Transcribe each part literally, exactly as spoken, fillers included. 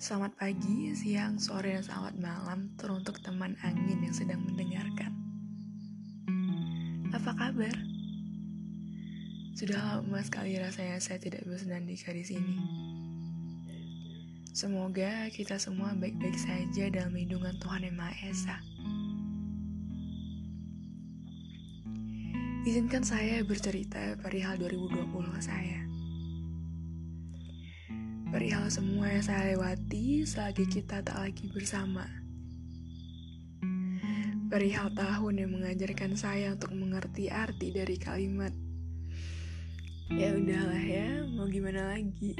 Selamat pagi, siang, sore, dan selamat malam teruntuk teman angin yang sedang mendengarkan. Apa kabar? Sudah lama sekali rasanya saya tidak bersenandika di sini. Semoga kita semua baik-baik saja dalam lindungan Tuhan Yang Maha Esa. Izinkan saya bercerita perihal dua ribu dua puluh saya. Perihal semua yang saya lewati selagi kita tak lagi bersama. Perihal tahun yang mengajarkan saya untuk mengerti arti dari kalimat ya udahlah ya, mau gimana lagi.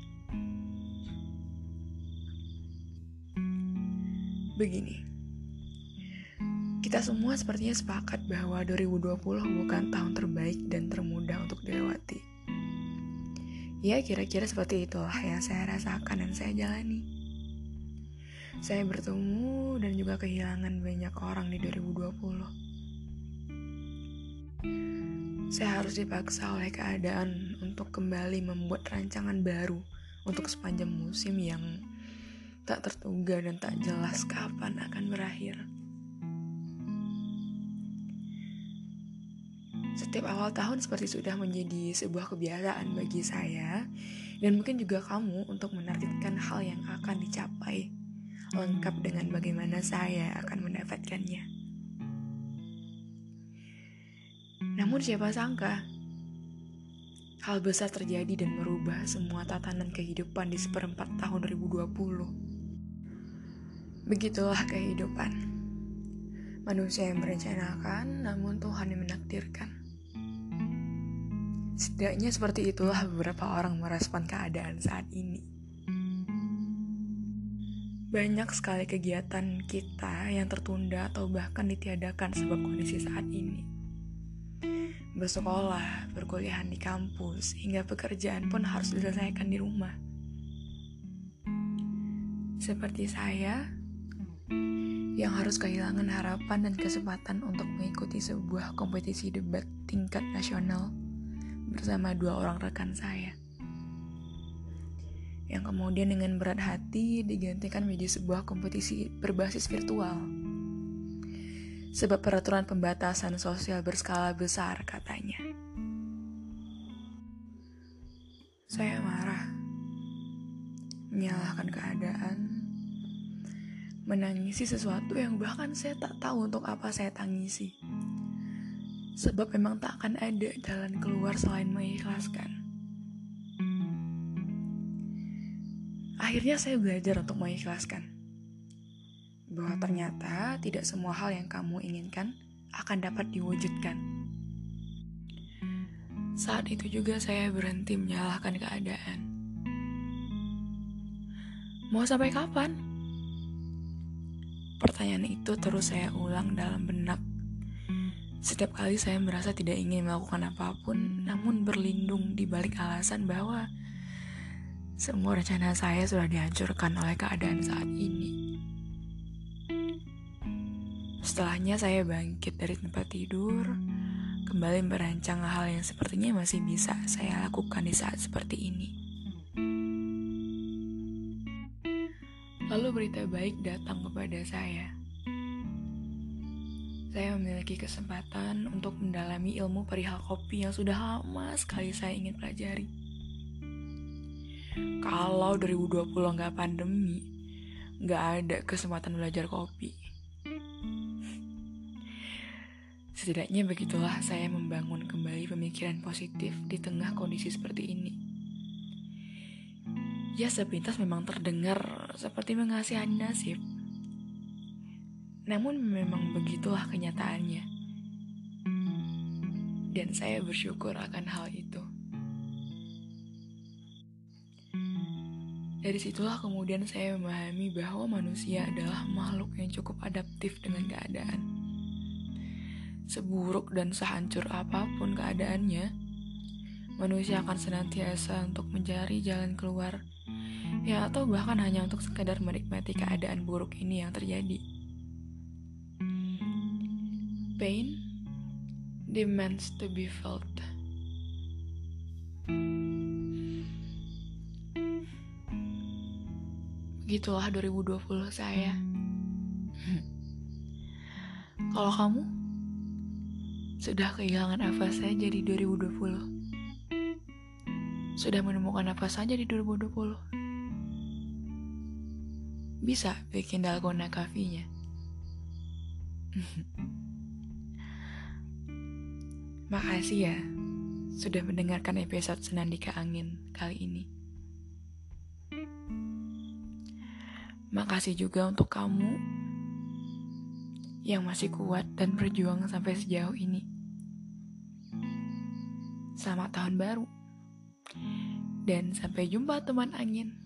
Begini, kita semua sepertinya sepakat bahwa dua ribu dua puluh bukan tahun terbaik dan termudah untuk dilewati. Ya, kira-kira seperti itulah yang saya rasakan dan saya jalani. Saya bertemu dan juga kehilangan banyak orang di dua ribu dua puluh. Saya harus dipaksa oleh keadaan untuk kembali membuat rancangan baru untuk sepanjang musim yang tak terduga dan tak jelas kapan akan berakhir. Setiap awal tahun seperti sudah menjadi sebuah kebiasaan bagi saya dan mungkin juga kamu untuk menargetkan hal yang akan dicapai, lengkap dengan bagaimana saya akan mendapatkannya. Namun siapa sangka hal besar terjadi dan merubah semua tatanan kehidupan di seperempat tahun dua ribu dua puluh. Begitulah kehidupan. Manusia yang merencanakan, namun Tuhan yang menakdirkan. Setidaknya seperti itulah beberapa orang merespon keadaan saat ini. Banyak sekali kegiatan kita yang tertunda atau bahkan ditiadakan sebab kondisi saat ini. Bersekolah, berkuliah di kampus, hingga pekerjaan pun harus diselesaikan di rumah. Seperti saya, yang harus kehilangan harapan dan kesempatan untuk mengikuti sebuah kompetisi debat tingkat nasional bersama dua orang rekan saya, yang kemudian dengan berat hati digantikan menjadi sebuah kompetisi berbasis virtual. Sebab peraturan pembatasan sosial berskala besar katanya. Saya marah, menyalahkan keadaan, menangisi sesuatu yang bahkan saya tak tahu untuk apa saya tangisi. Sebab memang tak akan ada jalan keluar selain mengikhlaskan. Akhirnya saya belajar untuk mengikhlaskan. Bahwa ternyata tidak semua hal yang kamu inginkan akan dapat diwujudkan. Saat itu juga saya berhenti menyalahkan keadaan. Mau sampai kapan? Pertanyaan itu terus saya ulang dalam benak. Setiap kali saya merasa tidak ingin melakukan apapun, namun berlindung di balik alasan bahwa semua rencana saya sudah dihancurkan oleh keadaan saat ini. Setelahnya saya bangkit dari tempat tidur, kembali merancang hal yang sepertinya masih bisa saya lakukan di saat seperti ini. Lalu berita baik datang kepada saya. Saya memiliki kesempatan untuk mendalami ilmu perihal kopi yang sudah lama sekali saya ingin pelajari. Kalau dua ribu dua puluh nggak pandemi, nggak ada kesempatan belajar kopi. Setidaknya begitulah saya membangun kembali pemikiran positif di tengah kondisi seperti ini. Ya, sepintas memang terdengar seperti mengasihani nasib. Namun memang begitulah kenyataannya. Dan saya bersyukur akan hal itu. Dari situlah kemudian saya memahami bahwa manusia adalah makhluk yang cukup adaptif dengan keadaan. Seburuk dan sehancur apapun keadaannya, manusia akan senantiasa untuk mencari jalan keluar, ya atau bahkan hanya untuk sekadar menikmati keadaan buruk ini yang terjadi. Pain demands to be felt. Gitulah dua ribu dua puluh saya. Kalau kamu sudah kehilangan apa saja di dua ribu dua puluh? Sudah menemukan apa saja di dua ribu dua puluh? Bisa bikin dalgona coffee-nya. Makasih ya sudah mendengarkan episode Senandika Angin kali ini. Makasih juga untuk kamu yang masih kuat dan berjuang sampai sejauh ini. Selamat tahun baru. Dan sampai jumpa teman angin.